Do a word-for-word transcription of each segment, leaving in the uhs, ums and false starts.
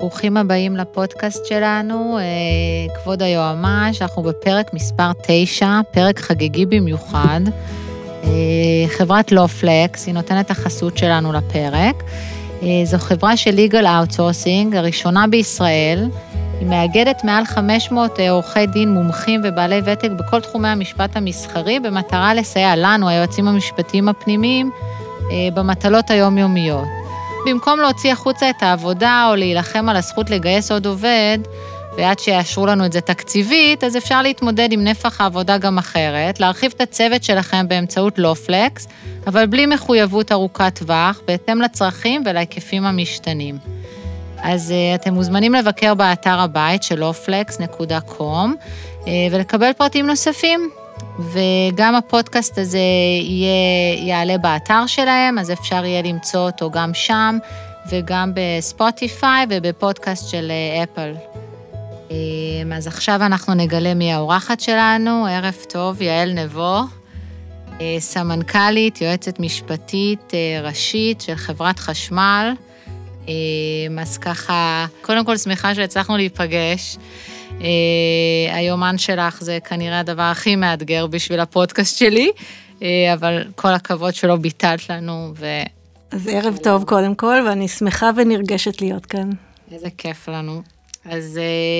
ברוכים הבאים לפודקאסט שלנו, כבוד היועמ"ש, אנחנו בפרק מספר תשע, פרק חגיגי במיוחד. חברת לופלקס, היא נותנת החסות שלנו לפרק. זו חברה של legal outsourcing, הראשונה בישראל. היא מאגדת מעל חמש מאות עורכי דין מומחים ובעלי ותק בכל תחומי המשפט המסחרי, במטרה לסייע לנו, היועצים המשפטיים הפנימיים, במטלות היומיומיות. במקום להוציא החוצה את העבודה או להילחם על הזכות לגייס עוד עובד, ועד שיאשרו לנו את זה תקציבית, אז אפשר להתמודד עם נפח העבודה גם אחרת, להרחיב את הצוות שלכם באמצעות לופלקס, אבל בלי מחויבות ארוכת טווח, בהתאם לצרכים ולהיקפים המשתנים. אז uh, אתם מוזמנים לבקר באתר הבית של לופלקס נקודה קום, uh, ולקבל פרטים נוספים. וגם הפודקאסט הזה יהיה, יעלה באתר שלהם, אז אפשר יהיה למצוא אותו גם שם, וגם בספוטיפיי ובפודקאסט של אפל. אז עכשיו אנחנו נגלה מי האורחת שלנו. ערב טוב, יעל נבו, סמנכ"לית, יועצת משפטית ראשית של חברת חשמל. אז ככה, קודם כל שמחה שהצלחנו להיפגש. היומן שלך זה כנראה הדבר הכי מאתגר בשביל הפודקאסט שלי, אבל כל הכבוד שלא ביטלת לנו. ו... אז ערב טוב קודם כל, ואני שמחה ונרגשת להיות כאן. איזה כיף לנו. אז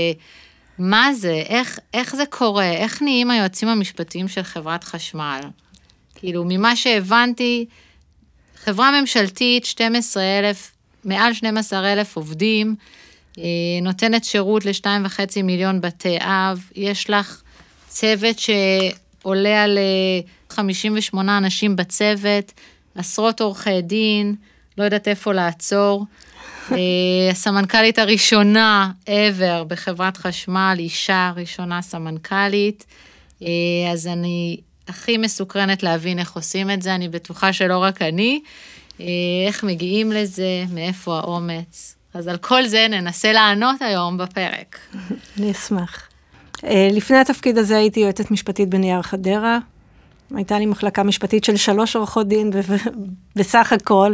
מה זה? איך, איך זה קורה? איך נהיים היועצים המשפטיים של חברת חשמל? כאילו, ממה שהבנתי, חברה ממשלתית, שנים עשר אלף, מעל שנים עשר אלף עובדים, נותנת שירות לשתיים וחצי מיליון בתי אב, יש לך צוות שעולה על חמישים ושמונה אנשים בצוות, עשרות עורכי דין, לא יודעת איפה לעצור, הסמנכ"לית הראשונה ever בחברת חשמל, אישה ראשונה סמנכ"לית, אז אני הכי מסוקרנת להבין איך עושים את זה, אני בטוחה שלא רק אני, איך מגיעים לזה, מאיפה האומץ. אז על כל זה ננסה לענות היום בפרק. אני אשמח. לפני התפקיד הזה הייתי יועצת משפטית בנייר חדרה. הייתה לי מחלקה משפטית של שלוש עורכות דין בסך הכל.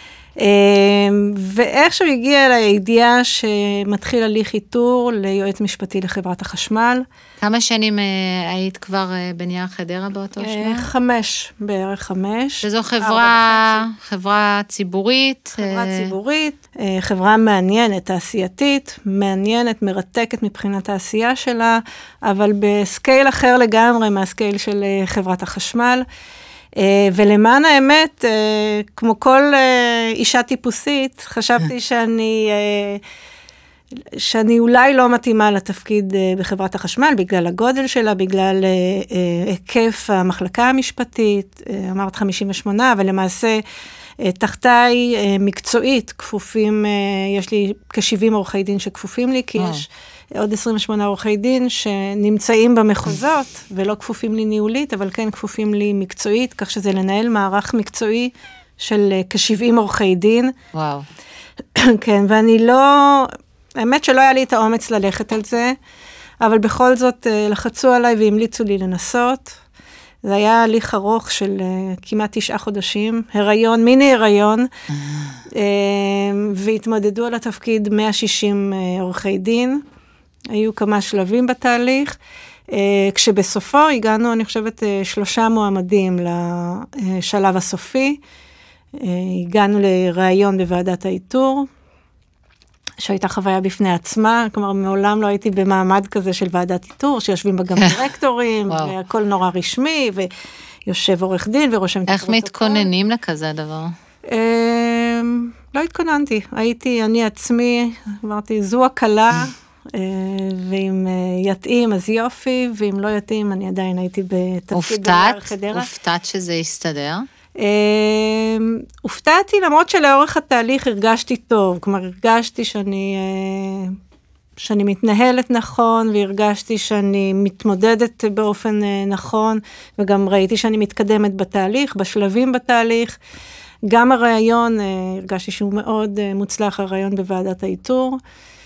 ואיכשהו הגיעה אליי הידיעה שמתחיל הליך איתור ליועץ משפטי לחברת החשמל. כמה שנים היית כבר בנייר חדרה באותו שנה? חמש, בערך חמש. שזו חברה, חברה ציבורית. חברה ציבורית, חברה מעניינת, תעשייתית, מעניינת, מרתקת מבחינת העשייה שלה, אבל בסקייל אחר לגמרי מהסקייל של חברת החשמל. ולמען האמת, כמו כל אישה טיפוסית, חשבתי שאני, שאני אולי לא מתאימה לתפקיד בחברת החשמל, בגלל הגודל שלה, בגלל היקף המחלקה המשפטית, אמרת חמישים ושמונה, אבל למעשה תחתיי מקצועית כפופים, יש לי כ-שבעים עורכי דין שכפופים לי, כי יש עוד עשרים ושמונה עורכי דין שנמצאים במחוזות, ולא כפופים לי ניהולית, אבל כן כפופים לי מקצועית, כך שזה לנהל מערך מקצועי של כ-שבעים עורכי דין. וואו. כן, ואני לא, האמת שלא היה לי את האומץ ללכת על זה, אבל בכל זאת לחצו עליי והמליצו לי לנסות. זה היה הליך ארוך של כמעט תשעה חודשים, הריון, מיני הריון, והתמודדו על התפקיד מאה ושישים עורכי דין. היו כמה שלבים בתהליך, כשבסופו הגענו, אני חושבת, שלושה מועמדים לשלב הסופי, הגענו לראיון בוועדת האיתור, שהייתה חוויה בפני עצמה, כלומר, מעולם לא הייתי במעמד כזה של ועדת איתור, שיושבים בה גם דירקטורים, והכל נורא רשמי, ויושב עורך דין ורושם... איך מתכוננים לכזה דבר? לא התכוננתי, הייתי אני עצמי, אמרתי, זו הקלה, ואם יתאים אז יופי, ואם לא יתאים אני עדיין הייתי בתפקיד בנייר חדרה. הופתעת שזה יסתדר? הופתעתי, למרות שלאורך התהליך הרגשתי טוב, כלומר הרגשתי שאני, שאני מתנהלת נכון, והרגשתי שאני מתמודדת באופן נכון, וגם ראיתי שאני מתקדמת בתהליך, בשלבים בתהליך. גם הרעיון, הרגשתי שהוא מאוד מוצלח, הרעיון בוועדת האיתור,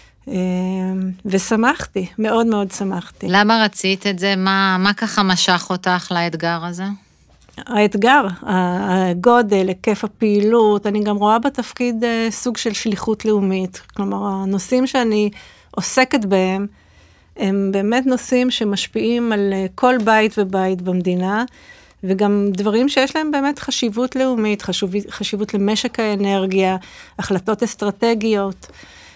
ושמחתי, מאוד מאוד שמחתי. למה רצית את זה? מה, מה ככה משך אותך לאתגר הזה? האתגר, הגודל, היקף הפעילות, אני גם רואה בתפקיד סוג של שליחות לאומית, כלומר, הנושאים שאני עוסקת בהם, הם באמת נושאים שמשפיעים על כל בית ובית במדינה, וגם דברים שיש להם באמת חשיבות לאומית, חשיבות, חשיבות למשק האנרגיה, החלטות אסטרטגיות,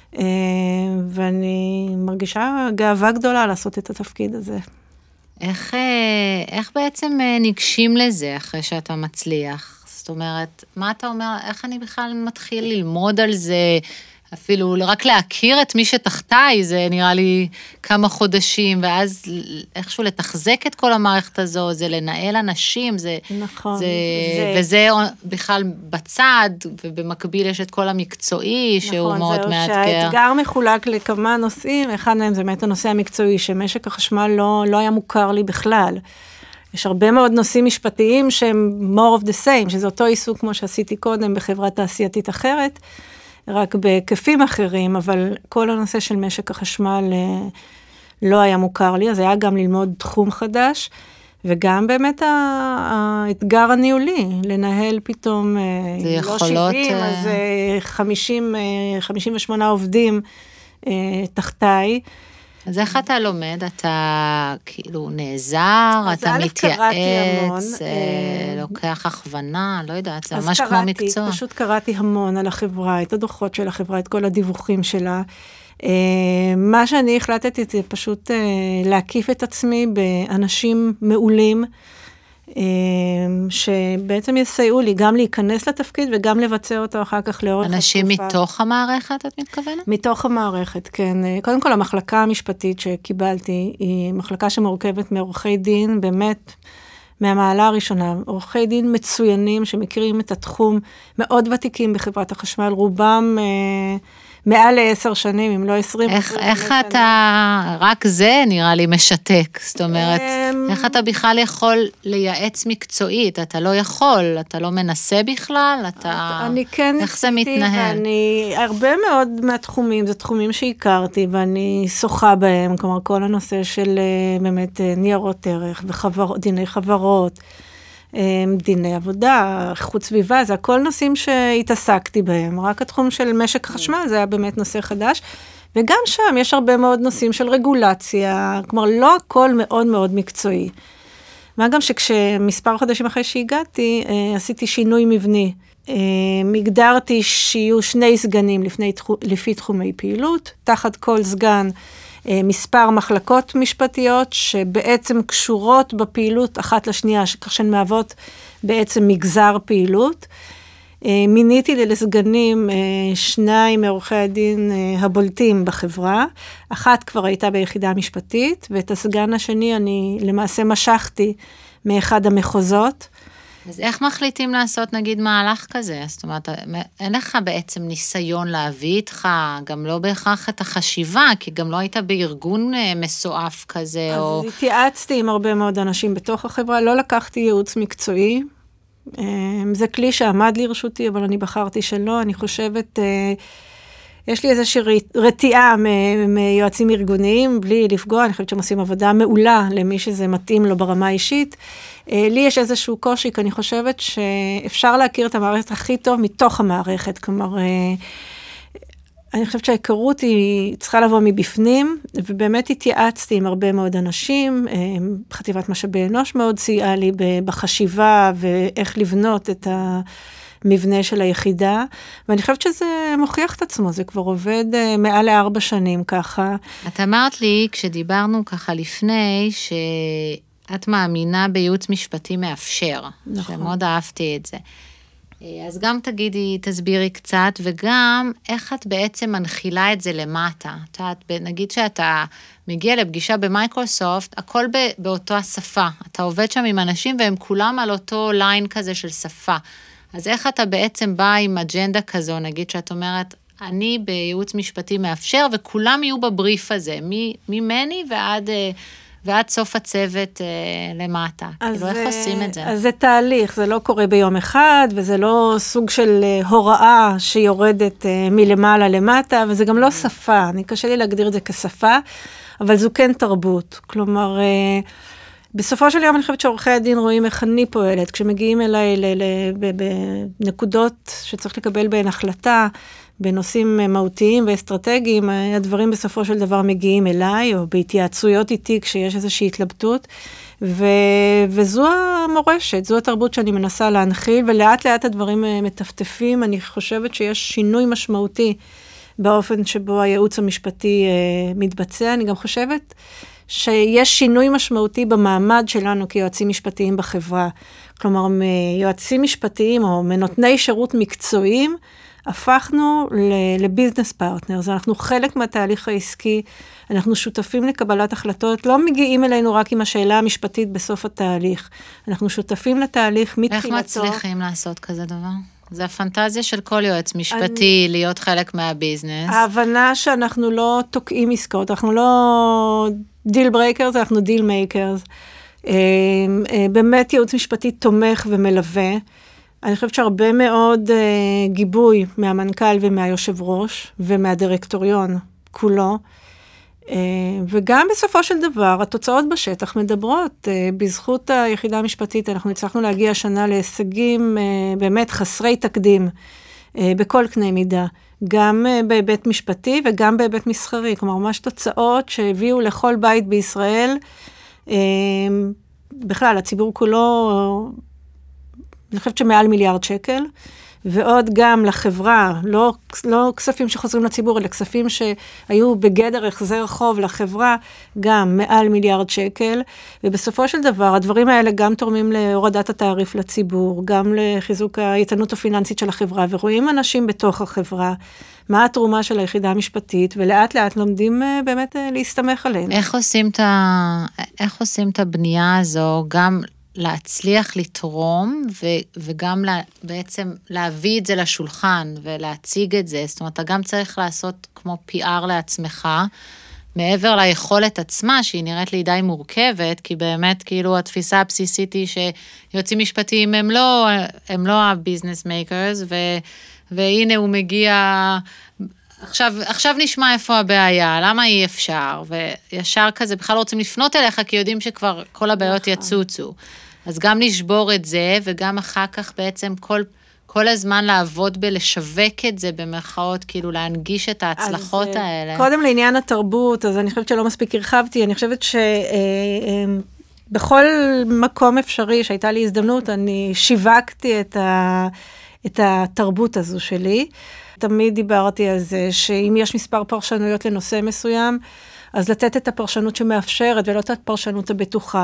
ואני מרגישה גאווה גדולה לעשות את התפקיד הזה. איך, איך בעצם ניגשים לזה אחרי שאתה מצליח? זאת אומרת, מה אתה אומר, איך אני בכלל מתחיל ללמוד על זה, אפילו רק להכיר את מי שתחתיי, זה נראה לי כמה חודשים, ואז איכשהו לתחזק את כל המערכת הזו, זה לנהל אנשים, זה, נכון, זה, זה... וזה בכלל בצד, ובמקביל יש את כל המקצועי, נכון, שהוא מאוד מאתגר. נכון, זהו, שהאתגר מחולק לכמה נושאים, אחד מהם זה באמת הנושא המקצועי, שמשק החשמל לא, לא היה מוכר לי בכלל. יש הרבה מאוד נושאים משפטיים שהם more of the same, שזה אותו עיסוק כמו שעשיתי קודם בחברה תעשייתית אחרת, רק בהיקפים אחרים, אבל כל הנושא של משק החשמל לא היה מוכר לי, אז היה גם ללמוד תחום חדש, וגם באמת האתגר הניהולי, לנהל פתאום, לא שבעים, אז חמישים, חמישים ושמונה עובדים תחתיי. אז איך אתה לומד? אתה כאילו נעזר, אתה מתייעץ, לוקח הכוונה, לא יודעת, זה ממש כמו מקצוע. אז פשוט קראתי המון על החברה, את הדוחות של החברה, את כל הדיווחים שלה. מה שאני החלטתי זה פשוט להקיף את עצמי באנשים מעולים, שבעצם יסייעו לי גם להיכנס לתפקיד וגם לבצע אותו אחר כך לאורך התקופה. אנשים מתוך המערכת, את מתכוונת? מתוך המערכת, כן. קודם כל, המחלקה המשפטית שקיבלתי, היא מחלקה שמורכבת מעורכי דין, באמת מהמעלה הראשונה, עורכי דין מצוינים שמכירים את התחום, מאוד ותיקים בחברת החשמל, רובם מעל לעשר שנים, אם לא עשרים. איך, איך אתה, רק זה נראה לי משתק, זאת אומרת, איך אתה בכלל יכול לייעץ מקצועית? אתה לא יכול, אתה לא מנסה בכלל, אתה, אני כן איך זה מתנהל? ואני, הרבה מאוד מהתחומים, זה תחומים שהכרתי, ואני שוחה בהם, כלומר, כל הנושא של באמת ניירות ערך, ודיני חברות, דיני עבודה, חוץ סביבה, זה הכל נושאים שהתעסקתי בהם, רק התחום של משק חשמל, זה היה באמת נושא חדש, וגם שם יש הרבה מאוד נושאים של רגולציה, כלומר לא הכל מאוד מאוד מקצועי. מה גם שכשמספר חודשים אחרי שהגעתי, עשיתי שינוי מבני, הגדרתי שיהיו שני סגנים לפני, לפי תחומי פעילות, תחת כל סגן, מספר מחלקות משפטיות שבעצם קשורות בפעילות אחת לשנייה, כך שהן מהוות בעצם מגזר פעילות. מיניתי לסגנים שניים מעורכי הדין הבולטים בחברה, אחת כבר הייתה ביחידה המשפטית, ואת הסגן השני אני למעשה משכתי מאחד המחוזות. אז איך מחליטים לעשות נגיד מהלך כזה? זאת אומרת, אין לך בעצם ניסיון להביא איתך, גם לא בהכרח את החשיבה, כי גם לא היית בארגון מסועף כזה. אז או... התייעצתי עם הרבה מאוד אנשים בתוך החברה, לא לקחתי ייעוץ מקצועי, זה כלי שעמד לרשותי, אבל אני בחרתי שלא, אני חושבת, יש לי איזושהי רתיעה מיועצים ארגוניים, בלי לפגוע, אני חושבת שהם עושים עבודה מעולה למי שזה מתאים לו ברמה האישית. לי יש איזשהו קושי, כי אני חושבת שאפשר להכיר את המערכת הכי טוב מתוך המערכת, כלומר, אני חושבת שההיכרות היא צריכה לבוא מבפנים, ובאמת התייעצתי עם הרבה מאוד אנשים, חטיבת משאבי אנוש מאוד סייעה לי בחשיבה, ואיך לבנות את המבנה של היחידה, ואני חושבת שזה מוכיח את עצמו, זה כבר עובד מעל לארבע שנים ככה. את אמרת לי, כשדיברנו ככה לפני, שאת מאמינה בייעוץ משפטי מאפשר, נכון. שמאוד אהבתי את זה. אז גם תגידי, תסבירי קצת, וגם איך את בעצם מנחילה את זה למטה. את, נגיד שאתה מגיע לפגישה במייקרוסופט, הכל באותו השפה. אתה עובד שם עם אנשים, והם כולם על אותו ליין כזה של שפה. אז איך אתה בעצם בא עם אג'נדה כזו, נגיד שאת אומרת, אני בייעוץ משפטי מאפשר, וכולם יהיו בבריף הזה, ממני ועד... ועד סוף הצוות אה, למטה. כאילו, איך עושים את זה? אז זה תהליך, זה לא קורה ביום אחד, וזה לא סוג של אה, הוראה שיורדת אה, מלמעלה למטה, וזה גם לא שפה, אני קשה לי להגדיר את זה כשפה, אבל זו כן תרבות. כלומר, אה, בסופו של יום אני חושבת שעורכי הדין רואים איך אני פועלת, כשמגיעים אליי בנקודות שצריך לקבל בהן החלטה, בנושאים מהותיים ואסטרטגיים, הדברים בסופו של דבר מגיעים אליי, או בהתייעצויות איתי כשיש איזושהי התלבטות, ו... וזו המורשת, זו התרבות שאני מנסה להנחיל, ולאט לאט הדברים מטפטפים, אני חושבת שיש שינוי משמעותי באופן שבו הייעוץ המשפטי מתבצע, אני גם חושבת שיש שינוי משמעותי במעמד שלנו כיועצים משפטיים בחברה, כלומר מיועצים משפטיים או מנותני שירות מקצועיים, הפכנו לביזנס פרטנר, אז אנחנו חלק מהתהליך העסקי, אנחנו שותפים לקבלת החלטות, לא מגיעים אלינו רק עם השאלה המשפטית בסוף התהליך, אנחנו שותפים לתהליך מתחילתו. איך מצליחים לעשות כזה דבר? זה הפנטזיה של כל יועץ משפטי, אני... להיות חלק מהביזנס. ההבנה שאנחנו לא תוקעים עסקאות, אנחנו לא דיל ברייקרס, אנחנו דיל מייקרס. באמת ייעוץ משפטי תומך ומלווה, אני חושבת שהרבה מאוד uh, גיבוי מהמנכ"ל ומהיושב ראש ומהדירקטוריון כולו, uh, וגם בסופו של דבר התוצאות בשטח מדברות, uh, בזכות היחידה המשפטית אנחנו הצלחנו להגיע השנה להישגים uh, באמת חסרי תקדים uh, בכל קנה מידה, גם uh, בהיבט משפטי וגם בהיבט מסחרי, כלומר ממש תוצאות שהביאו לכל בית בישראל, uh, בכלל הציבור כולו, אני חושבת שמעל מיליארד שקל, ועוד גם לחברה, לא, לא כספים שחוזרים לציבור, אלא כספים שהיו בגדר החזר חוב לחברה, גם מעל מיליארד שקל, ובסופו של דבר, הדברים האלה גם תורמים להורדת התעריף לציבור, גם לחיזוק האיתנות הפיננסית של החברה, ורואים אנשים בתוך החברה, מה התרומה של היחידה המשפטית, ולאט לאט לומדים באמת להסתמך עליהם. איך עושים את ה... איך עושים את הבנייה הזו, גם להצליח לתרום, ו, וגם לה, בעצם להביא את זה לשולחן, ולהציג את זה, זאת אומרת, אתה גם צריך לעשות כמו פי אר לעצמך, מעבר ליכולת עצמה, שהיא נראית לי די מורכבת, כי באמת, כאילו, התפיסה הבסיסית היא שיוצאים משפטיים הם לא, הם לא הביזנס מייקרס, ו, והנה הוא מגיע, עכשיו, עכשיו נשמע איפה הבעיה, למה אי אפשר, וישר כזה, בכלל רוצים לפנות אליך, כי יודעים שכבר כל הבעיות יצוצו. אז גם לשבור את זה, וגם אחר כך בעצם כל, כל הזמן לעבוד בלשווק את זה, במרכאות, כאילו להנגיש את ההצלחות אז, האלה. קודם לעניין התרבות, אז אני חושבת שלא מספיק הרחבתי, אני חושבת שבכל מקום אפשרי שהייתה לי הזדמנות, אני שיווקתי את, ה, את התרבות הזו שלי, תמיד דיברתי על זה, שאם יש מספר פרשנויות לנושא מסוים, אז לתת את הפרשנות שמאפשרת, ולא את הפרשנות הבטוחה.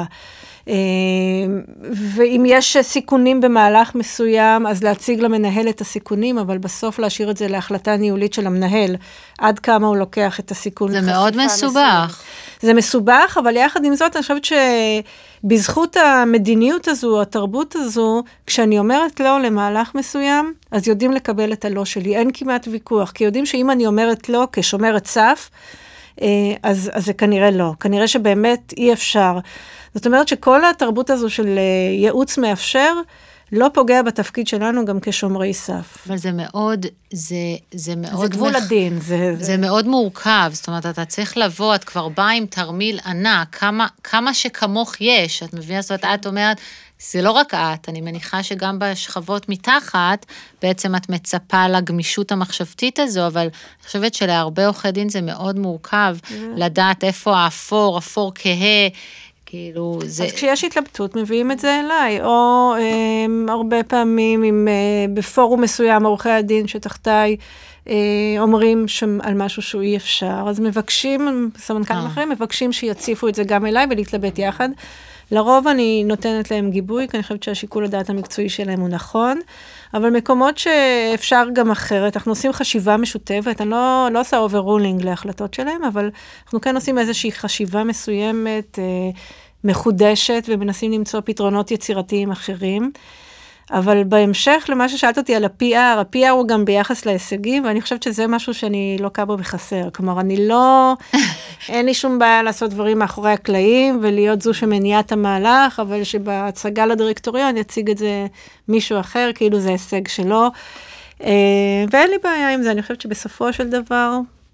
ואם יש סיכונים במהלך מסוים, אז להציג למנהל את הסיכונים, אבל בסוף להשאיר את זה להחלטה ניהולית של המנהל, עד כמה הוא לוקח את הסיכון. זה מאוד מסובך. זה מסובך, אבל יחד עם זאת, אני חושבת שבזכות המדיניות הזו, התרבות הזו, כשאני אומרת לא למהלך מסוים, אז יודעים לקבל את הלא שלי. אין כמעט ויכוח, כי יודעים שאם אני אומרת לא כשומרת סף, אז, אז זה כנראה לא. כנראה שבאמת אי אפשר. זאת אומרת שכל התרבות הזו של ייעוץ מאפשר, לא פוגע בתפקיד שלנו גם כשומרי סף. אבל זה מאוד, זה, זה מאוד... זה גבול מח... הדין. זה, זה, זה... זה מאוד מורכב, זאת אומרת, אתה צריך לבוא, את כבר באה עם תרמיל ענק, כמה, כמה שכמוך יש, את מבינה, זאת אומרת, את אומרת, זה לא רק את, אני מניחה שגם בשכבות מתחת, בעצם את מצפה לגמישות המחשבתית הזו, אבל אני חושבת שלהרבה עורכי דין זה מאוד מורכב, לדעת איפה האפור, אפור כהה, כאילו זה... אז כשיש התלבטות, מביאים את זה אליי, או אה, הרבה פעמים עם, אה, בפורום מסוים, עורכי הדין שתחתיי, אה, אומרים על משהו שהוא אי אפשר, אז מבקשים, סמנכ"לים אחרים, מבקשים שיציפו את זה גם אליי ולהתלבט יחד. לרוב אני נותנת להם גיבוי, כי אני חושבת שהשיקול הדעת המקצועי שלהם הוא נכון, אבל מקומות שאפשר גם אחרת, אנחנו עושים חשיבה משותפת, אני לא, לא עושה אוברולינג להחלטות שלהם, אבל אנחנו כן עושים איזושהי חשיבה מסוימת, אה, מחודשת, ומנסים למצוא פתרונות יצירתיים אחרים, אבל בהמשך למה ששאלת אותי על ה-פי אר, ה-פי אר הוא גם ביחס להישגים, ואני חושבת שזה משהו שאני לא קבע בחסר, כלומר, אני לא, אין לי שום בעיה לעשות דברים מאחורי הקלעים, ולהיות זו שמניעה את המהלך, אבל שבהצגה לדירקטוריון יציג את זה מישהו אחר, כאילו זה הישג שלו, ואין לי בעיה עם זה, אני חושבת שבסופו של דבר,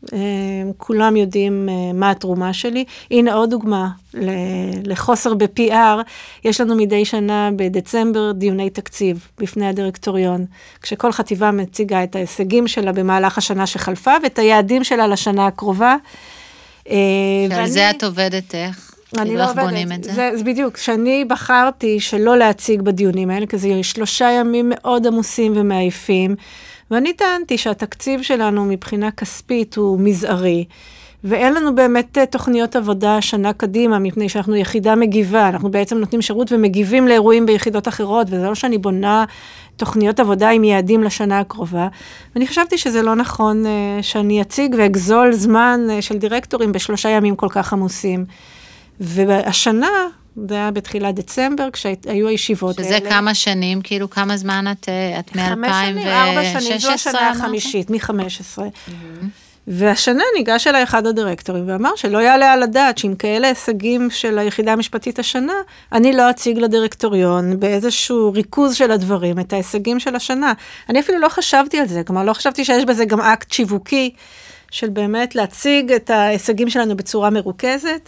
כולם יודעים מה התרומה שלי. הנה עוד דוגמה לחוסר ב-פי אר, יש לנו מדי שנה בדצמבר דיוני תקציב בפני הדירקטוריון, כשכל חטיבה מציגה את ההישגים שלה במהלך השנה שחלפה, ואת היעדים שלה לשנה הקרובה. שעל זה את עובדת איך? אני לא עובדת, זה, זה בדיוק, שאני בחרתי שלא להציג בדיונים האלה, כי זה שלושה ימים מאוד עמוסים ומעייפים, ואני טענתי שהתקציב שלנו מבחינה כספית הוא מזערי, ואין לנו באמת תוכניות עבודה שנה קדימה, מפני שאנחנו יחידה מגיבה, אנחנו בעצם נותנים שירות ומגיבים לאירועים ביחידות אחרות, וזה לא שאני בונה תוכניות עבודה עם יעדים לשנה הקרובה, ואני חשבתי שזה לא נכון שאני אציג ואגזול זמן של דירקטורים בשלושה ימים כל כך עמוסים. והשנה, זה היה בתחילת דצמבר, כשהיו הישיבות שזה האלה. שזה כמה שנים, כאילו כמה זמן את, את מ-אלפיים ושש עשרה? ארבע שנים, זו השנה החמישית, מ-חמש עשרה. Mm-hmm. והשנה ניגש אליי אחד הדירקטורים, ואמר שלא יעלה על הדעת, שאם כאלה הישגים של היחידה המשפטית השנה, אני לא אציג לדירקטוריון באיזשהו ריכוז של הדברים, את ההישגים של השנה. אני אפילו לא חשבתי על זה, כלומר, לא חשבתי שיש בזה גם אקט שיווקי, של באמת להציג את ההישגים שלנו בצורה מרוכזת,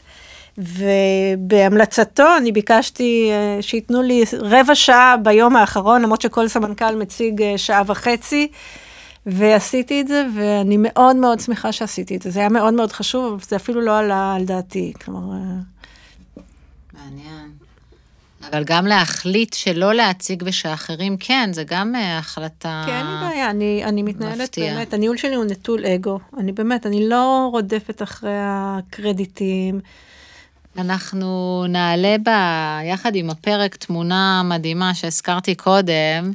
ובהמלצתו אני ביקשתי שיתנו לי רבע שעה ביום האחרון, למרות שכל סמנכ"ל מציג שעה וחצי, ועשיתי את זה, ואני מאוד מאוד שמחה שעשיתי את זה. זה היה מאוד מאוד חשוב, אבל זה אפילו לא עלה על דעתי. כלומר... מעניין. אבל גם להחליט שלא להציג ושאחרים כן, זה גם החלטה מפתיעה. כן, אין בעיה, אני, אני מתנהלת באמת, הניהול שלי הוא נטול אגו. אני באמת, אני לא רודפת אחרי הקרדיטים. אנחנו נעלה בה, יחד עם הפרק, תמונה מדהימה שהזכרתי קודם,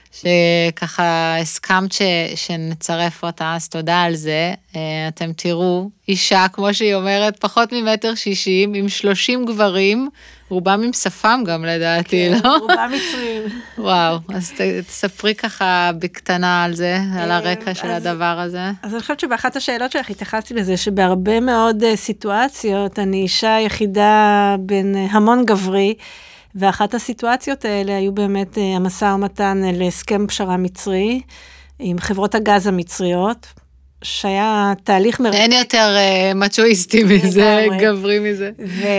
שככה הסכמת ש, שנצרף אותה, אז תודה על זה. אתם תראו, אישה, כמו שהיא אומרת, פחות ממטר שישים, עם שלושים גברים, רובם עם שפם גם לדעתי, כן, לא? רובם מצרים. וואו, אז תספרי ככה בקטנה על זה, על הרקע של אז, הדבר הזה. אז אני חושבת שבאחת השאלות שלך התייחסתי לזה, שבהרבה מאוד סיטואציות, אני אישה יחידה בין המון גברי, ואחת הסיטואציות האלה היו באמת המשא ומתן להסכם פשרה מצרי, עם חברות הגז המצריות, שהיה תהליך מרתק. אין יותר uh, מצ'ואיסטי מזה, גברי מזה.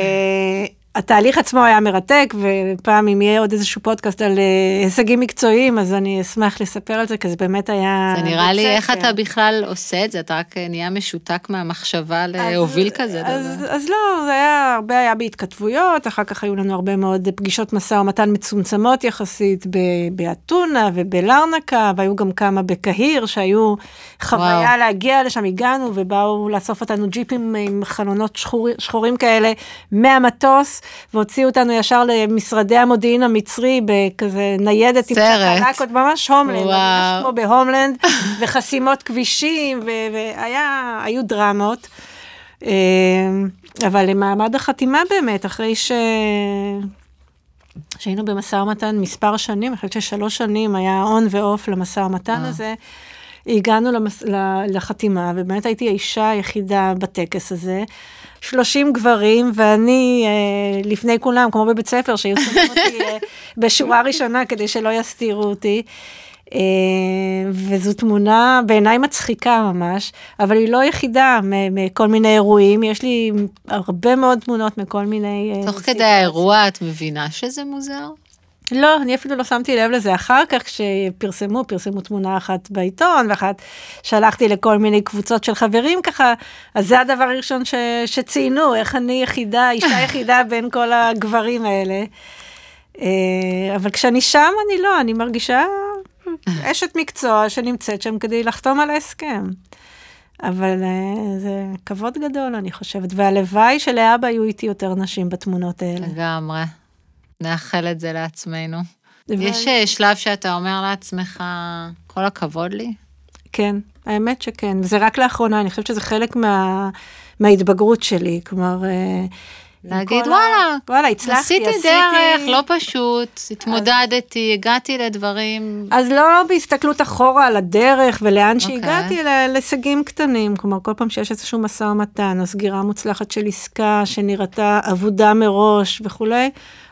והתהליך עצמו היה מרתק, ופעם אם יהיה עוד איזשהו פודקאסט על uh, הישגים מקצועיים, אז אני אשמח לספר על זה, כי זה באמת היה... זה נראה לי, איך אתה בכלל עושה את זה? אתה רק נהיה משותק מהמחשבה להוביל כזה דבר. אז, אז לא, זה היה, הרבה היה בהתכתבויות, אחר כך היו לנו הרבה מאוד פגישות משא ומתן מצומצמות יחסית, באתונה ובלרנקה, והיו גם כמה בקהיר, שהיו חוויה וואו. להגיע לשם, הגענו, ובאו לאסוף אותנו ג'יפים עם חלונות שחור, שחורים כאלה, מהמטוס, והוציאו אותנו ישר למשרדי המודיעין המצרי, בכזה ניידת עם צ'קלקות, ממש הומלנד, ממש כמו בהומלנד, וחסימות כבישים, והיה, היו דרמות, אבל למעמד החתימה באמת, אחרי ש... שהיינו במשא ומתן מספר שנים, אני חושבת ששלוש שנים היה און ואוף למשא ומתן הזה, הגענו למס... לחתימה, ובאמת הייתי האישה היחידה בטקס הזה, שלושים גברים, ואני אה, לפני כולם, כמו בבית ספר, שהיו שמים אותי אה, בשורה ראשונה, כדי שלא יסתירו אותי, אה, וזו תמונה בעיניי מצחיקה ממש, אבל היא לא יחידה מכל מיני אירועים, יש לי הרבה מאוד תמונות מכל מיני... תוך אה, כדי האירוע, את מבינה שזה מוזר? לא, אני אפילו לא שמתי לב לזה אחר כך, כשפרסמו, פרסמו תמונה אחת בעיתון, ואחת שלחתי לכל מיני קבוצות של חברים ככה, אז זה הדבר הראשון ש, שציינו, איך אני יחידה, אישה יחידה בין כל הגברים האלה. אבל כשאני שם, אני לא, אני מרגישה אשת מקצוע שנמצאת שם כדי לחתום על ההסכם. אבל זה כבוד גדול, אני חושבת, והלוואי שלאבא היו איתי יותר נשים בתמונות האלה. לגמרי. נאחל את זה לעצמנו. יש שלב שאתה אומר לעצמך, כל הכבוד לי? כן, האמת שכן. וזה רק לאחרונה, אני חושבת שזה חלק מה, מההתבגרות שלי. כלומר, להגיד, וואלה, וואלה, הצלחתי, עשיתי עשיתי... דרך, לא פשוט, התמודדתי, הגעתי לדברים. אז לא בהסתכלות אחורה על הדרך, ולאן שהגעתי, להישגים קטנים. כלומר, כל פעם שיש איזשהו מסע ומתן, הסגירה מוצלחת של עסקה, שנראתה עבודה מראש וכולי,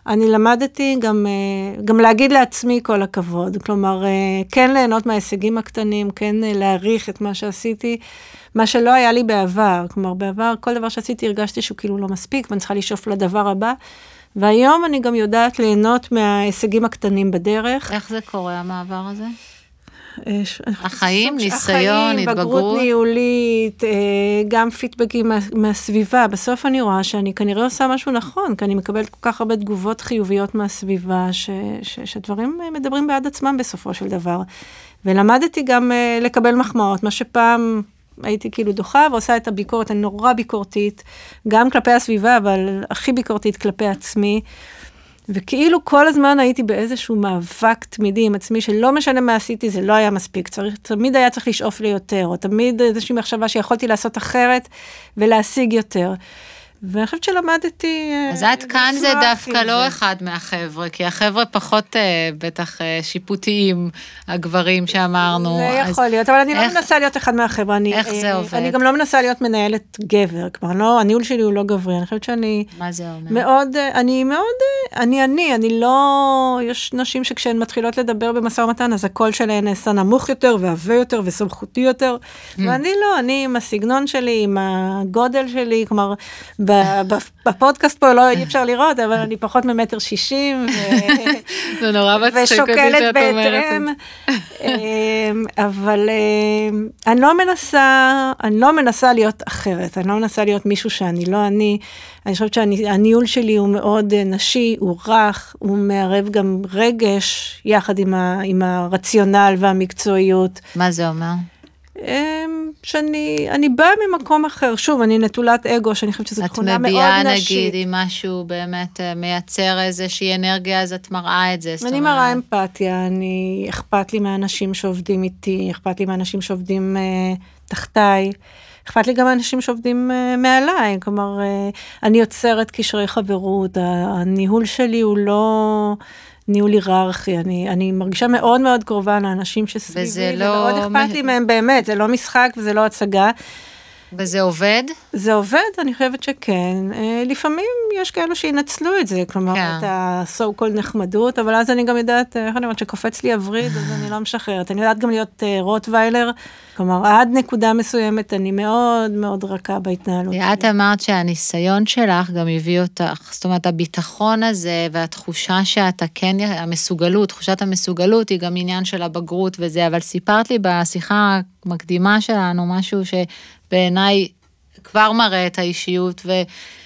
אני למדתי גם, גם להגיד לעצמי כל הכבוד, כלומר, כן ליהנות מההישגים הקטנים, כן להעריך את מה שעשיתי, מה שלא היה לי בעבר, כלומר, בעבר, כל דבר שעשיתי הרגשתי שהוא כאילו לא מספיק, ואני צריכה לשאוף לדבר הבא, והיום אני גם יודעת ליהנות מההישגים הקטנים בדרך. איך זה קורה, המעבר הזה? החיים, ניסיון, התבגרות. בגרות ניהולית, גם פידבקים מהסביבה. בסוף אני רואה שאני כנראה עושה משהו נכון, כי אני מקבלת כל כך הרבה תגובות חיוביות מהסביבה, שדברים מדברים בעד עצמם בסופו של דבר. ולמדתי גם לקבל מחמאות, מה שפעם הייתי כאילו דוחה, ועושה את הביקורת, אני נורא ביקורתית, גם כלפי הסביבה, אבל הכי ביקורתית כלפי עצמי. וכאילו כל הזמן הייתי באיזשהו מאבק תמידי עם עצמי, שלא משנה מה עשיתי, זה לא היה מספיק. צריך, תמיד היה צריך לשאוף לי יותר, או תמיד איזושהי מחשבה שיכולתי לעשות אחרת, ולהשיג יותר. ואני חושבת שלמדתי... אז עד כאן זה דווקא לא אחד מהחבר'ה, כי החבר'ה פחות בטח שיפוטיים, הגברים שאמרנו. זה יכול להיות, אבל אני לא מנסה להיות אחד מהחבר'ה. איך זה עובד? אני גם לא מנסה להיות מנהלת גבר, כבר הניהול שלי הוא לא גברי, אני חושבת שאני... מה זה אומר? מאוד, אני מאוד, אני אני, אני לא... יש נשים שכשהן מתחילות לדבר במשא ומתן, אז הקול שלהן נעשה נמוך יותר, ועבה יותר, וסמכותי יותר, ואני לא, אני עם הסגנון שלי, עם הגודל שלי, כלומר, בפודקאסט פה לא אי אפשר לראות, אבל אני פחות ממטר שישים, זה נורא מצחיק אותי שאת אומרת. אבל אני לא מנסה, אני לא מנסה להיות אחרת, אני לא מנסה להיות מישהו שאני לא אני, אני חושבת שהניהול שלי הוא מאוד נשי, הוא רך, הוא מערב גם רגש, יחד עם הרציונל והמקצועיות. מה זה אומר? שאני, אני באה ממקום אחר, שוב, אני נטולת אגו, שאני חושבת שזו תכונה מאוד נשית. את מביאה, נגיד, אם משהו באמת מייצר איזושהי אנרגיה, אז את מראה את זה. אני מראה אמפתיה, אני, אכפת לי מהאנשים שעובדים איתי, אכפת לי מהאנשים שעובדים uh, תחתיי, אכפת לי גם מהאנשים שעובדים uh, מעליי, כלומר, uh, אני יוצרת קשרי חברות, הניהול שלי הוא לא... ניהול היררכי, אני, אני מרגישה מאוד מאוד קרובה לאנשים שסביבי, לא... ומאוד אכפת לי מהם באמת, זה לא משחק וזה לא הצגה. וזה עובד? זה עובד, אני חושבת שכן. לפעמים יש כאלו שינצלו את זה, כלומר, כן. את ה-so called נחמדות, אבל אז אני גם יודעת, איך אני אומרת, שקופץ לי הוריד, אז אני לא משחררת. אני יודעת גם להיות רוטוויילר, כלומר, עד נקודה מסוימת, אני מאוד מאוד רכה בהתנהלות. את אמרת שהניסיון שלך גם הביא אותך, זאת אומרת, הביטחון הזה, והתחושה שאתה כן, המסוגלות, תחושת המסוגלות, היא גם עניין של הבגרות וזה, אבל סיפרת לי בשיחה המקדימה שלנו, משהו שבעיניי כבר מראה את האישיות, ו...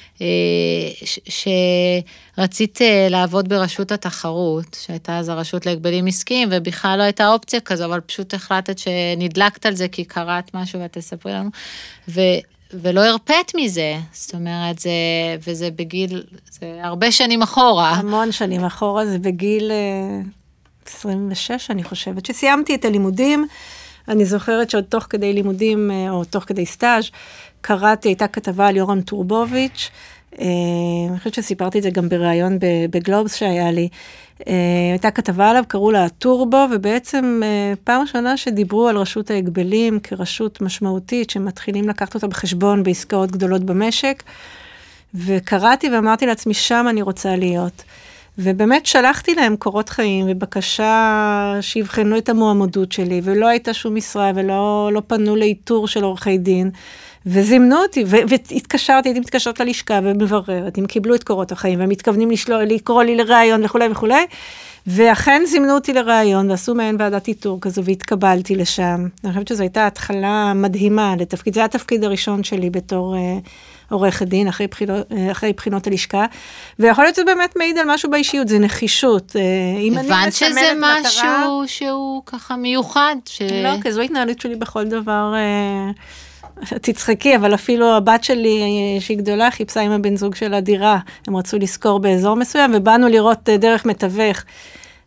שרצית לעבוד ברשות התחרות, שהייתה אז הרשות להגבלים עסקיים, ובכלל לא הייתה אופציה כזו, אבל פשוט החלטת שנדלקת על זה, כי קראת משהו ותספרי לנו, ו, ולא הרפאת מזה, זאת אומרת, זה, וזה בגיל, זה הרבה שנים אחורה. המון שנים אחורה, זה בגיל עשרים ושש, אני חושבת, שסיימתי את הלימודים, אני זוכרת שעוד תוך כדי לימודים, או תוך כדי סטאז', קראתי, הייתה כתבה על יורם טורבוביץ', אני חושבת שסיפרתי את זה גם בריאיון בגלובס שהיה לי, הייתה כתבה עליו, קראו לה טורבו, ובעצם פעם ראשונה שדיברו על רשות ההגבלים כרשות משמעותית, שמתחילים לקחת אותה בחשבון בעסקאות גדולות במשק, וקראתי ואמרתי לעצמי, שם אני רוצה להיות. ובאמת שלחתי להם קורות חיים ובקשה שיבחנו את המועמדות שלי, ולא הייתה שום משרה, ולא לא פנו לאיתור של עורכי דין, וזימנו אותי, והתקשרתי, הייתי מתקשרת ללשכה ומבררת, הם קיבלו את קורות החיים, והם מתכוונים לשלוח, לקרוא לי לראיון וכו' וכו', ואכן זימנו אותי לראיון, ועשו מעין ועדת איתור כזו, והתקבלתי לשם. אני חושבת שזו הייתה התחלה מדהימה לתפקיד, זה היה התפקיד הראשון שלי בתור עורכת דין, אחרי בחינות, אחרי בחינות הלשכה, ויכול להיות שזה באמת מעיד על משהו באישיות, זה נחישות. הבנת שזה משהו שהוא ככה מיוחד? לא, כי זו התנהלות שלי בכל דבר... תצחקי, אבל אפילו הבת שלי, שהיא גדולה, חיפשה עם הבן זוג של הדירה, הם רצו לזכור באזור מסוים, ובאנו לראות דרך מתווך,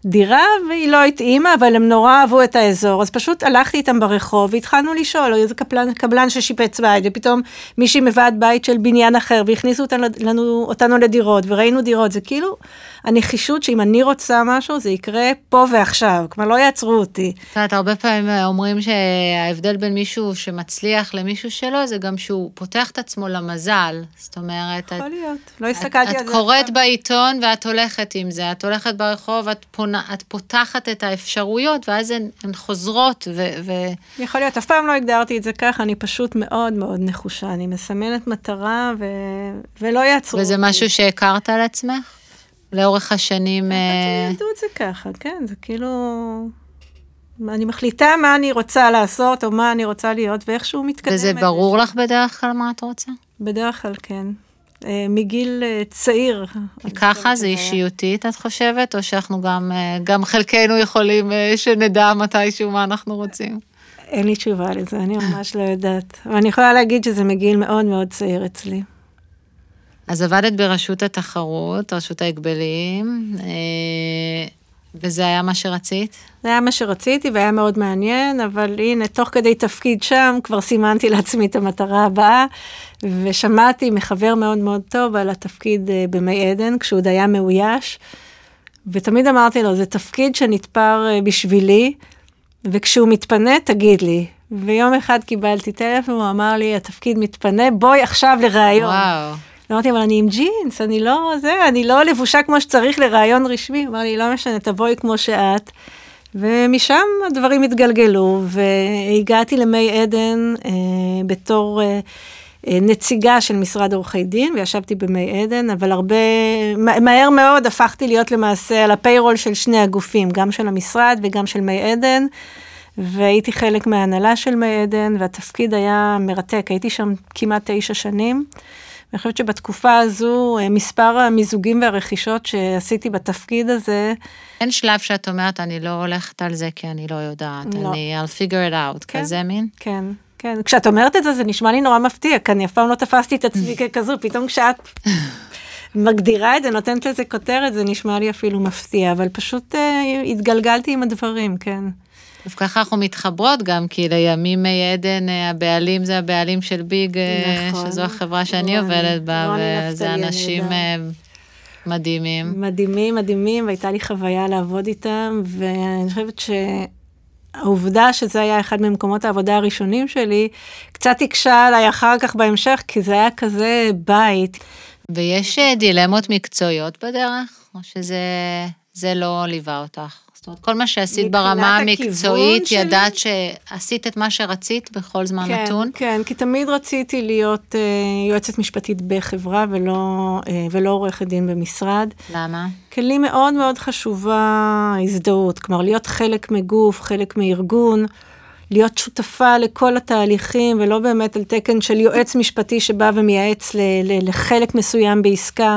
דירה, והיא לא התאימה, אבל הם נורא אהבו את האזור, אז פשוט הלכתי איתם ברחוב, והתחלנו לשאול, איזה קבלן, קבלן ששיפץ בית, ופתאום מישהי מוועד בית של בניין אחר, והכניסו אותנו, לנו, אותנו לדירות, וראינו דירות, זה כאילו הנחישות שאם אני רוצה משהו, זה יקרה פה ועכשיו, כלומר לא יעצרו אותי. את יודעת, הרבה פעמים אומרים שההבדל בין מישהו שמצליח למישהו שלו, זה גם שהוא פותח את עצמו למזל, זאת אומרת, יכול להיות, לא הסתכלתי על זה. את קוראת בעיתון ואת הולכת עם זה, את הולכת ברחוב, את, פונה, את פותחת את האפשרויות, ואז הן, הן חוזרות. ו, ו... יכול להיות, אף פעם לא הגדרתי את זה ככה, אני פשוט מאוד מאוד נחושה, אני מסמנת מטרה ו... ולא יעצרו. וזה אותי. משהו שהכרת על עצמך? לאורך השנים... אני ידעו את זה ככה, כן, זה כאילו... אני מחליטה מה אני רוצה לעשות, או מה אני רוצה להיות, ואיכשהו מתקדמת. וזה ברור לך בדרך כלל מה את רוצה? בדרך כלל, כן. מגיל צעיר. וככה זה אישיותית, את חושבת? או שאנחנו גם, גם חלקנו יכולים שנדע מתישהו מה אנחנו רוצים? אין לי תשובה לזה, אני ממש לא יודעת. אבל אני יכולה להגיד שזה מגיל מאוד מאוד צעיר אצלי. אז עבדת ברשות התחרות, רשות ההגבלים, וזה היה מה שרצית? זה היה מה שרציתי, והיה מאוד מעניין, אבל הנה, תוך כדי תפקיד שם, כבר סימנתי לעצמי את המטרה הבאה, ושמעתי מחבר מאוד מאוד טוב על התפקיד במי עדן, כשהוא עוד היה מאויש, ותמיד אמרתי לו, זה תפקיד שנתפר בשבילי, וכשהוא מתפנה, תגיד לי. ויום אחד קיבלתי טלפון, הוא אמר לי, התפקיד מתפנה, בואי עכשיו לראיון. וואו. אמרתי, אבל אני עם ג'ינס, אני לא, זה, אני לא לבושה כמו שצריך לראיון רשמי. אמר לי, לא משנה, תבואי כמו שאת. ומשם הדברים התגלגלו, והגעתי למי עדן אה, בתור אה, נציגה של משרד עורכי דין, וישבתי במי עדן, אבל הרבה, מהר מאוד הפכתי להיות למעשה על הפיירול של שני הגופים, גם של המשרד וגם של מי עדן, והייתי חלק מההנהלה של מי עדן, והתפקיד היה מרתק, הייתי שם כמעט תשע שנים, ואני חושבת שבתקופה הזו, מספר המיזוגים והרכישות שעשיתי בתפקיד הזה... אין שלב שאת אומרת, אני לא הולכת על זה כי אני לא יודעת, לא. אני, I'll figure it out, כן, כזה מין? כן, כן. כשאת אומרת את זה, זה נשמע לי נורא מפתיע, כי אני אף פעם לא תפסתי את עצמי ככזו, פתאום כשאת מגדירה את זה, נותנת לזה כותרת, זה נשמע לי אפילו מפתיע, אבל פשוט uh, התגלגלתי עם הדברים, כן. וככה אנחנו מתחברות גם, כי לימים מי עדן, הבעלים זה הבעלים של ביג, נכון, שזו החברה שאני רוני, עובדת בה, וזה אנשים מדהימים. מדהימים, מדהימים, והייתה לי חוויה לעבוד איתם, ואני חושבת שהעובדה שזה היה אחד ממקומות העבודה הראשונים שלי, קצת הקשה עליי אחר כך בהמשך, כי זה היה כזה בית. ויש דילמות מקצועיות בדרך, או שזה לא ליווה אותך? זאת אומרת, כל מה שעשית ברמה המקצועית, ידעת שעשית את מה שרצית בכל זמן כן, נתון? כן, כי תמיד רציתי להיות uh, יועצת משפטית בחברה, ולא, uh, ולא עורכת דין במשרד. למה? כי לי מאוד מאוד חשובה הזדהות, כלומר, להיות חלק מגוף, חלק מארגון, להיות שותפה לכל התהליכים, ולא באמת על תקן של יועץ משפטי שבא ומייעץ ל- ל- לחלק מסוים בעסקה,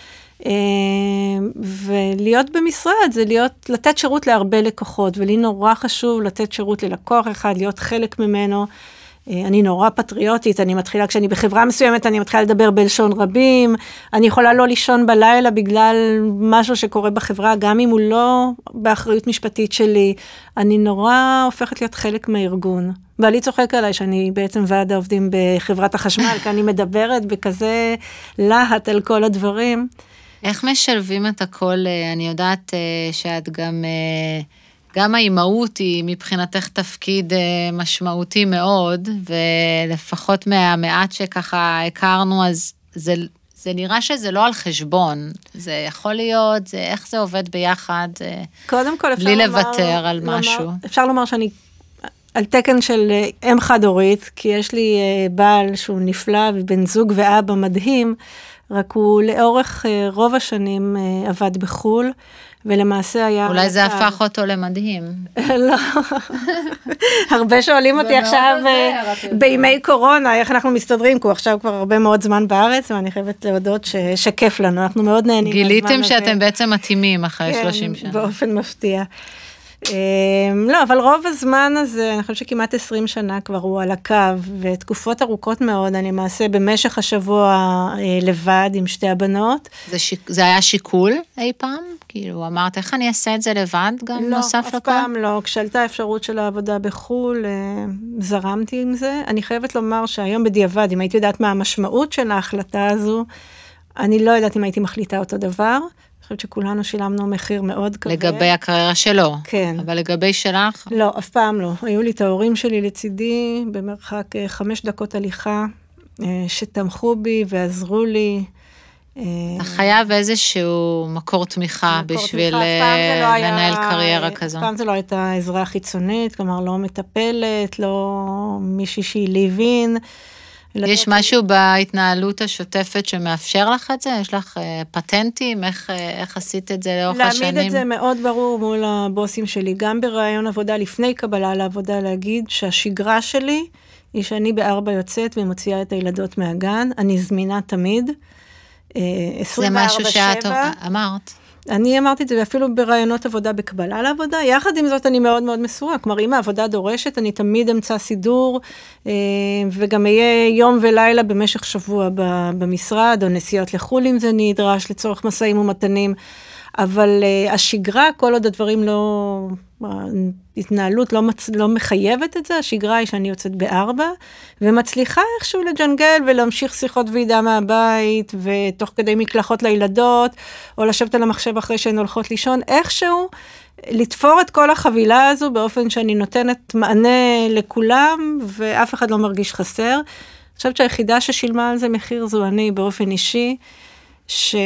ולהיות במשרד, זה להיות, לתת שירות להרבה לקוחות, ולי נורא חשוב לתת שירות ללקוח אחד, להיות חלק ממנו. אני נורא פטריוטית, אני מתחילה, כשאני בחברה מסוימת, אני מתחילה לדבר בלשון רבים, אני יכולה לא לישון בלילה בגלל משהו שקורה בחברה, גם אם הוא לא באחריות משפטית שלי, אני נורא הופכת להיות חלק מהארגון. ואלי צוחק עליי שאני בעצם ועד העובדים בחברת החשמל, כי אני מדברת בכזה להט על כל הדברים. איך משלבים את הכל? אני יודעת שאת גם, גם האימהות היא מבחינתך תפקיד משמעותי מאוד, ולפחות מהמעט שככה הכרנו, אז זה, זה נראה שזה לא על חשבון, זה יכול להיות, זה, איך זה עובד ביחד, קודם כל אפשר בלי לומר, לוותר על לומר, משהו. אפשר לומר שאני על תקן של אם חד-הורית, כי יש לי בעל שהוא נפלא ובן זוג ואבא מדהים, רק הוא לאורך רוב השנים עבד בחול, ולמעשה היה... אולי זה הפך אותו למדהים. לא. הרבה שואלים אותי עכשיו בימי קורונה, איך אנחנו מסתדרים, כי הוא עכשיו כבר הרבה מאוד זמן בארץ, ואני חייבת להודות שכיף לנו, אנחנו מאוד נהנים. גיליתם שאתם בעצם מתאימים אחרי שלושים שנה. כן, באופן מפתיע. לא, אבל רוב הזמן הזה, אני חושבת שכמעט עשרים שנה כבר הוא על הקו, ותקופות ארוכות מאוד, אני מעשה במשך השבוע לבד עם שתי הבנות. זה, שיק, זה היה שיקול אי פעם? כאילו, אמרת, איך אני אעשה את זה לבד גם לא, נוסף לכל? לא, אף פעם לא. כשעלתה האפשרות של העבודה בחול, זרמתי עם זה. אני חייבת לומר שהיום בדיעבד, אם הייתי יודעת מה המשמעות של ההחלטה הזו, אני לא יודעת אם הייתי מחליטה אותו דבר. אני חושבת שכולנו שילמנו מחיר מאוד כבד. לגבי הקריירה שלו. כן. אבל לגבי שלך? לא, אף פעם לא. היו לי את ההורים שלי לצידי, במרחק חמש דקות הליכה, שתמכו בי ועזרו לי. אתה חייב איזשהו מקור תמיכה בשביל לנהל קריירה כזו. אף פעם זה לא הייתה עזרה חיצונית, כלומר לא מטפלת, לא מישהי שהיא ליבין. יש משהו בהתנהלות השוטפת שמאפשר לך את זה? יש לך פטנטים? איך, איך עשית את זה לאורך השנים? להעמיד את זה מאוד ברור מול הבוסים שלי, גם ברעיון עבודה, לפני קבלה לעבודה, להגיד שהשגרה שלי היא שאני בארבע יוצאת ומוציאה את הילדות מהגן, אני זמינה תמיד, עשרים וארבע שבע. זה משהו שאת אמרת. אני אמרתי את זה אפילו ברעיונות עבודה בקבלה לעבודה, יחד עם זאת אני מאוד מאוד מסורה, כלומר אם העבודה דורשת, אני תמיד אמצא סידור, וגם אהיה יום ולילה במשך שבוע במשרד, או נסיעות לחול אם זה נדרש לצורך מסעים ומתנים, אבל השגרה, כל עוד הדברים לא, התנהלות לא, מצ... לא מחייבת את זה, השגרה היא שאני יוצאת בארבע, ומצליחה איכשהו לג'נגל ולהמשיך שיחות ועידה מהבית, ותוך כדי מקלחות לילדות, או לשבת על המחשב אחרי שהן הולכות לישון, איכשהו לתפור את כל החבילה הזו, באופן שאני נותנת מענה לכולם, ואף אחד לא מרגיש חסר. אני חושבת שהיחידה ששילמה על זה מחיר זו אני באופן אישי, ש...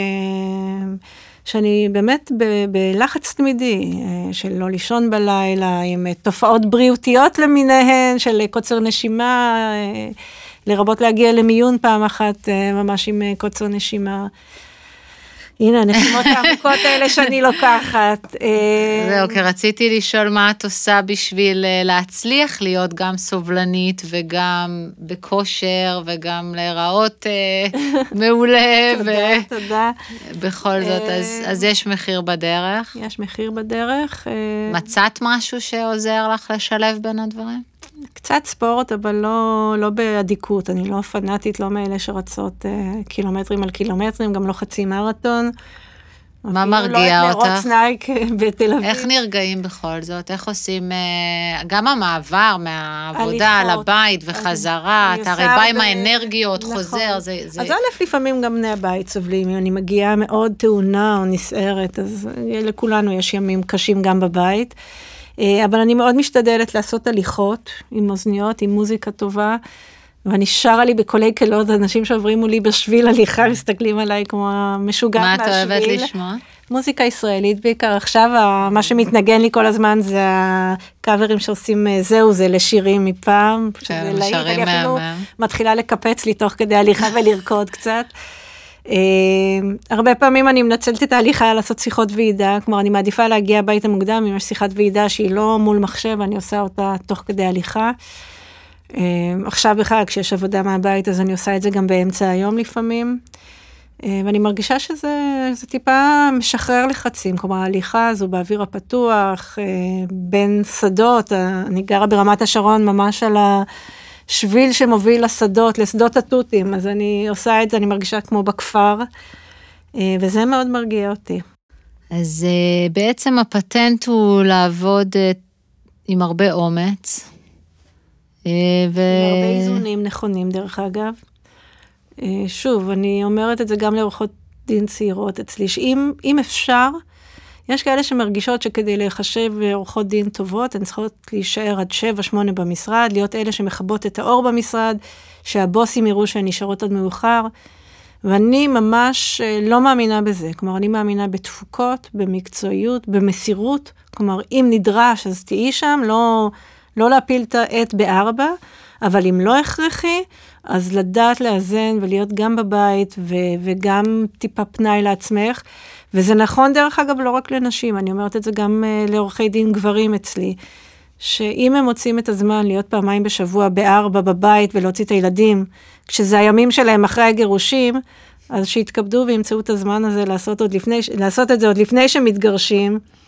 שאני באמת ב- בלחץ תמידי, של לא לישון בלילה, עם תופעות בריאותיות למיניהן, של קוצר נשימה, לרבות להגיע למיון פעם אחת, ממש עם קוצר נשימה. הנה, הנשימות העמוקות האלה שאני לוקחת. זהו, כי רציתי לשאול מה את עושה בשביל להצליח להיות גם סובלנית, וגם בכושר, וגם להיראות מעולה. תודה, תודה. בכל זאת, אז יש מחיר בדרך. יש מחיר בדרך. מצאת משהו שעוזר לך לשלב בין הדברים? קצת ספורט, אבל לא, לא בעדיקות, אני לא פנאטית, לא מאלה שרצות אה, קילומטרים על קילומטרים, גם לא חצי מרתון. מה מרגיע לא אותך? לרוץ נייק בתל אביב. איך נרגעים בכל זאת? איך עושים, אה, גם המעבר מהעבודה לבית וחזרה, אתה הרי בא עם האנרגיות, נכון. חוזר, זה... זה... אז א', לפעמים גם בני הבית סובלים, אם אני מגיעה מאוד תאונה או נסערת, אז לכולנו יש ימים קשים גם בבית, אבל אני מאוד משתדלת לעשות הליכות עם אוזניות, עם מוזיקה טובה, ואני שרה לי בקולי קלות, אנשים שעוברים מולי בשביל הליכה, מסתכלים עליי כמו המשוגעת מהשביל. מה את אוהבת לשמוע? מוזיקה ישראלית בעיקר. עכשיו, מה שמתנגן לי כל הזמן, זה הקאברים שעושים זהו, זה לשירים מפעם. כן, שרים מהם. מתחילה לקפץ לי תוך כדי הליכה ולרקוד קצת. הרבה פעמים אני מנצלת את ההליכה לעשות שיחות ועידה, כלומר אני מעדיפה להגיע הביתה מוקדם, אם יש שיחת ועידה שהיא לא מול מחשב, אני עושה אותה תוך כדי הליכה. עכשיו בכלל, כשיש עבודה מהבית, אז אני עושה את זה גם באמצע היום לפעמים, ואני מרגישה שזה זה טיפה משחרר לחצים, כלומר ההליכה הזו באוויר הפתוח, בין שדות, אני גרה ברמת השרון ממש על ה... שביל שמוביל לשדות, לשדות התותים, אז אני עושה את זה, אני מרגישה כמו בכפר, וזה מאוד מרגיע אותי. אז בעצם הפטנט הוא לעבוד עם הרבה אומץ. ו... עם הרבה איזונים נכונים, דרך אגב. שוב, אני אומרת את זה גם לעורכות דין צעירות אצלי, שאם אם אפשר, יש כאלה שמרגישות שכדי להיחשב עורכות דין טובות, הן צריכות להישאר עד שבע, שמונה במשרד, להיות אלה שמחבות את האור במשרד, שהבוסים יראו שהן נשארות עד מאוחר, ואני ממש לא מאמינה בזה, כלומר, אני מאמינה בתפוקות, במקצועיות, במסירות, כלומר, אם נדרש, אז תהי שם, לא, לא להפיל את העט בארבע, אבל אם לא הכרחי, אז לדעת לאזן ולהיות גם בבית, ו- וגם טיפה פנאי לעצמך, וזה נכון דרך אגב לא רק לנשים, אני אומרת את זה גם uh, לעורכי דין גברים אצלי, שאם הם מוצאים את הזמן להיות פעמיים בשבוע בארבע בבית ולהוציא את הילדים, כשזה הימים שלהם אחרי הגירושים, אז שיתכבדו וימצאו את הזמן הזה לעשות, עוד לפני, לעשות את זה עוד לפני שמתגרשים,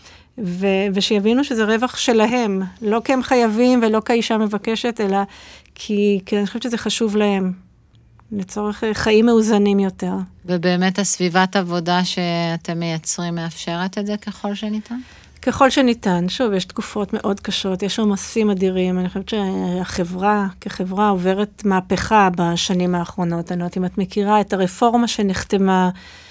ו- ושיבינו שזה רווח שלהם, לא כי הם חייבים ולא כי האישה מבקשת, אלא כי, כי אני חושבת שזה חשוב להם, לצורך חיים מאוזנים יותר. ובאמת הסביבת עבודה שאתם מייצרים מאפשרת את זה ככל שניתן? ככל שניתן, שוב, יש תקופות מאוד קשות, יש עומסים אדירים, אני חושבת שהחברה, כחברה, עוברת מהפכה בשנים האחרונות. אני לא יודעת אם את מכירה את הרפורמה שנחתמה,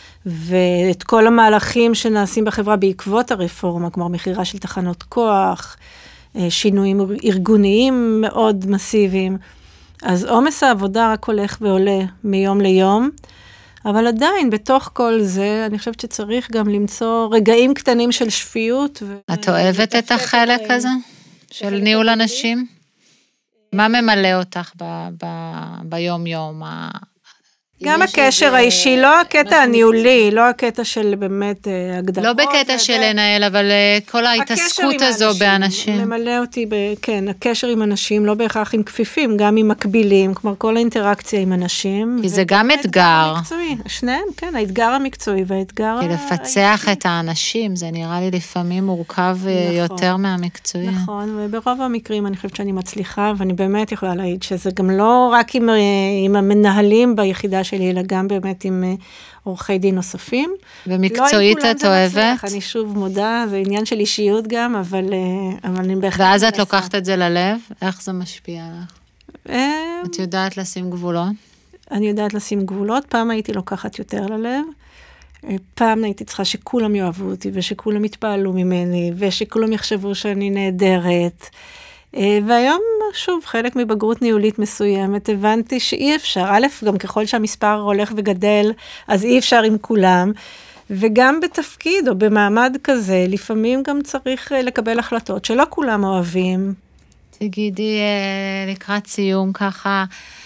ואת כל המהלכים שנעשים בחברה בעקבות הרפורמה, כמו מחירה של תחנות כוח, שינויים ארגוניים מאוד מסיביים. אז עומס העבודה רק הולך ועולה מיום ליום, אבל עדיין, בתוך כל זה, אני חושבת שצריך גם למצוא רגעים קטנים של שפיות. את אוהבת את החלק הזה? של ניהול אנשים? מה ממלא אותך ביום-יום? גם הקשר האישי, לא הקטע הניהולי, לא הקטע של באמת הגדרות. לא בקטע של לנהל, אבל כל ההתעסקות הזו באנשים. ממלא אותי, כן, הקשר עם אנשים, לא בהכרח עם כפיפים, גם עם מקבילים, כלומר כל האינטראקציה עם אנשים. כי זה גם אתגר. שניהם, כן, האתגר המקצועי והאתגר... כי לפצח את האנשים, זה נראה לי לפעמים מורכב יותר מהמקצועי. נכון, וברוב המקרים אני חושבת שאני מצליחה, ואני באמת יכולה להעיד שזה גם לא רק עם המנהלים ביחידה שלי, אלא גם באמת עם עורכי דין נוספים. ומקצועית את אוהבת? אני שוב מודה, זה עניין של אישיות גם, אבל, אבל אני בהחלט... ואז את לוקחת את זה ללב? איך זה משפיע עליך? את יודעת לשים גבולות? אני יודעת לשים גבולות, פעם הייתי לוקחת יותר ללב, פעם הייתי צריכה שכולם יאהבו אותי, ושכולם יתפעלו ממני, ושכולם יחשבו שאני נהדרת, והיום, שוב, חלק מבגרות ניהולית מסוימת, הבנתי שאי אפשר, א', גם ככל שהמספר הולך וגדל, אז אי אפשר עם כולם, וגם בתפקיד או במעמד כזה, לפעמים גם צריך לקבל החלטות שלא כולם אוהבים. תגידי, לקראת סיום ככה,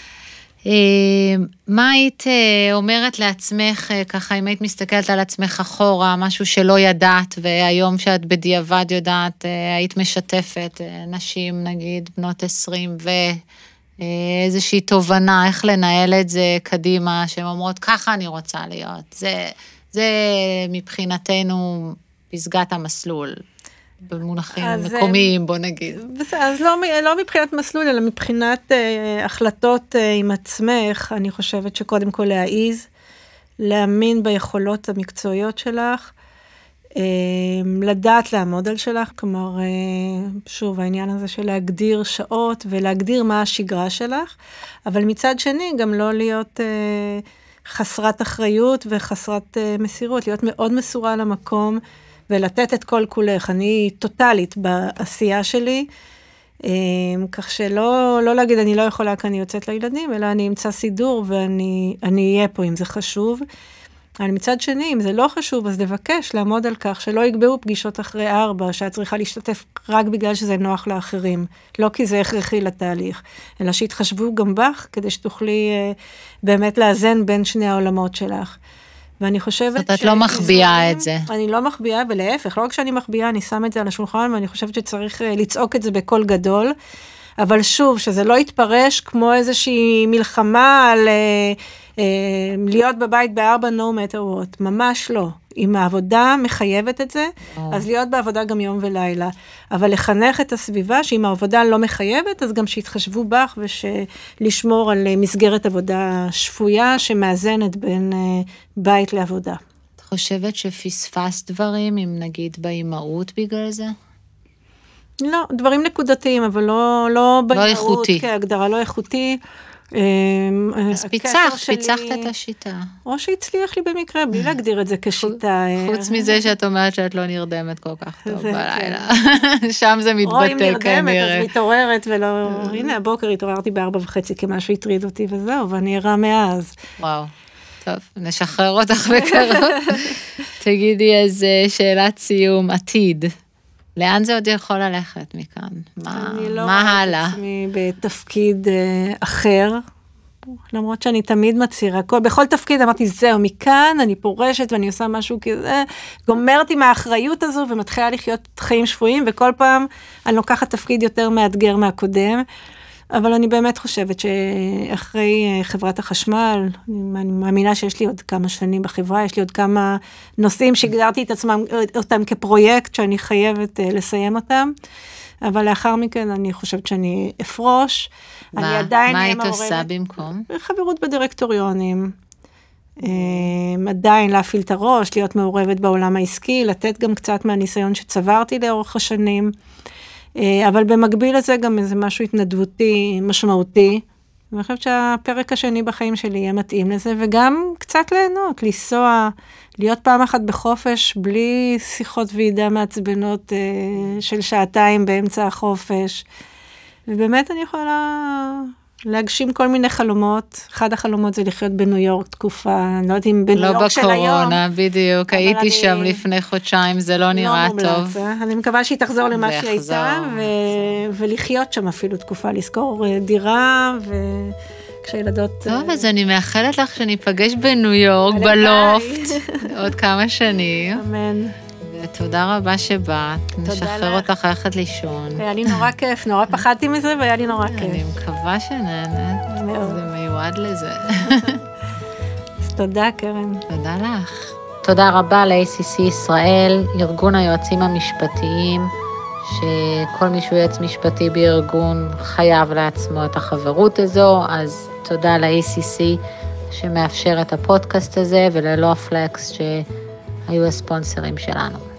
מה היית אומרת לעצמך, ככה, אם היית מסתכלת על עצמך אחורה, משהו שלא ידעת, והיום שאת בדיעבד יודעת, היית משתפת נשים, נגיד, בנות עשרים, ואיזושהי תובנה, איך לנהל את זה קדימה, שהן אומרות, ככה אני רוצה להיות. זה, זה מבחינתנו פסגת המסלול. במונחים מקומיים, בוא נגיד. אז לא, לא מבחינת מסלול, אלא מבחינת אה, החלטות אה, עם עצמך, אני חושבת שקודם כל להעיז, להאמין ביכולות המקצועיות שלך, אה, לדעת לעמוד על שלך, כלומר, אה, שוב, העניין הזה של להגדיר שעות, ולהגדיר מה השגרה שלך, אבל מצד שני, גם לא להיות אה, חסרת אחריות וחסרת אה, מסירות, להיות מאוד מסורה למקום, ולתת את כל כולך, אני טוטלית בעשייה שלי, כך שלא לא להגיד, אני לא יכולה, כי אני יוצאת לילדים, אלא אני אמצא סידור, ואני אני אהיה פה, אם זה חשוב. אבל מצד שני, אם זה לא חשוב, אז לבקש, לעמוד על כך, שלא יגבעו פגישות אחרי ארבע, שאת צריכה להשתתף רק בגלל שזה נוח לאחרים, לא כי זה הכרחי לתהליך, אלא שיתחשבו גם בך, כדי שתוכלי באמת לאזן בין שני העולמות שלך. ואני חושבת את לא מחביאה את זה. אני לא מחביאה, ולהפך, לא רק שאני מחביאה, אני שם את זה על השולחן, ואני חושבת שצריך לצעוק את זה בקול גדול, אבל שוב, שזה לא יתפרש כמו איזושהי מלחמה על להיות בבית בארבע, no matter what, ממש לא. אם העבודה מחייבת את זה, אז להיות בעבודה גם יום ולילה. אבל לחנך את הסביבה, שאם העבודה לא מחייבת, אז גם שיתחשבו בך, ושלשמור על מסגרת עבודה שפויה, שמאזנת בין בית לעבודה. את חושבת שפספסת דברים, אם נגיד באימהות בגלל זה? לא, דברים נקודתיים, אבל לא, לא באימהות. לא איכותי. כהגדרה, לא איכותי. אז פיצחת, פיצחת את השיטה. או שהצליח לי במקרה, בלי להגדיר את זה כשיטה. חוץ מזה שאת אומרת שאת לא נרדמת כל כך טוב בלילה. שם זה מתבטא כנראה. או אם נרדמת, אז מתעוררת ולא... הנה, הבוקר התעוררתי בארבע וחצי, כי משהו הטריד אותי וזהו, ואני ערה מאז. וואו, טוב, נשחרר אותך בקרוב. תגידי, אז שאלת סיום, עתיד. לאן זה עוד יכול ללכת מכאן? מה, מה הלאה? אני לא רואה את עצמי בתפקיד אחר, למרות שאני תמיד מצהירה, בכל תפקיד אמרתי, זהו, מכאן אני פורשת ואני עושה משהו כזה, גומרת עם האחריות הזו ומתחילה לחיות חיים שפויים, וכל פעם אני לוקחת תפקיד יותר מאתגר מהקודם, אבל אני באמת חושבת שאחרי חברת החשמל, אני מאמינה שיש לי עוד כמה שנים בחברה, יש לי עוד כמה נושאים שהגדרתי את עצמם, אותם כפרויקט שאני חייבת לסיים אותם, אבל לאחר מכן אני חושבת שאני אפרוש. מה, מה היית עושה במקום? חברות בדירקטוריונים, עדיין להפעיל את הראש, להיות מעורבת בעולם העסקי, לתת גם קצת מהניסיון שצברתי לאורך השנים, אבל במקביל לזה גם איזה משהו התנדבותי משמעותי, ואני חושבת שהפרק השני בחיים שלי יהיה מתאים לזה, וגם קצת ליהנות, לנסוע, להיות פעם אחת בחופש, בלי שיחות ועידה מעצבנות של שעתיים באמצע החופש, ובאמת אני יכולה להגשים כל מיני חלומות. אחד החלומות זה לחיות בניו יורק תקופה, אני לא יודעת אם בניו יורק של היום. לא בקורונה, בדיוק, הייתי שם לפני חודשיים, זה לא נראה טוב. אני מקווה שהיא תחזור למה שהיא הייתה, ולחיות שם אפילו תקופה, לזכור דירה, וכשילדות... טוב, אז אני מאחלת לך שניפגש בניו יורק, בלופט, עוד כמה שנים. אמן. ותודה רבה שבאת, נשחרר אותך ללכת לישון. היה לי נורא כיף, נורא פחדתי מזה, והיה לי נורא כיף. אני מקווה שנהנית, זה מיועד לזה. אז תודה, קרן. תודה לך. תודה רבה ל-איי סי סי ישראל, ארגון היועצים המשפטיים, שכל מי שהוא יועץ משפטי בארגון חייב לעצמו את החברות הזו, אז תודה ל-איי סי סי שמאפשר את הפודקאסט הזה, וללא הפלקס שהיו הספונסרים שלנו.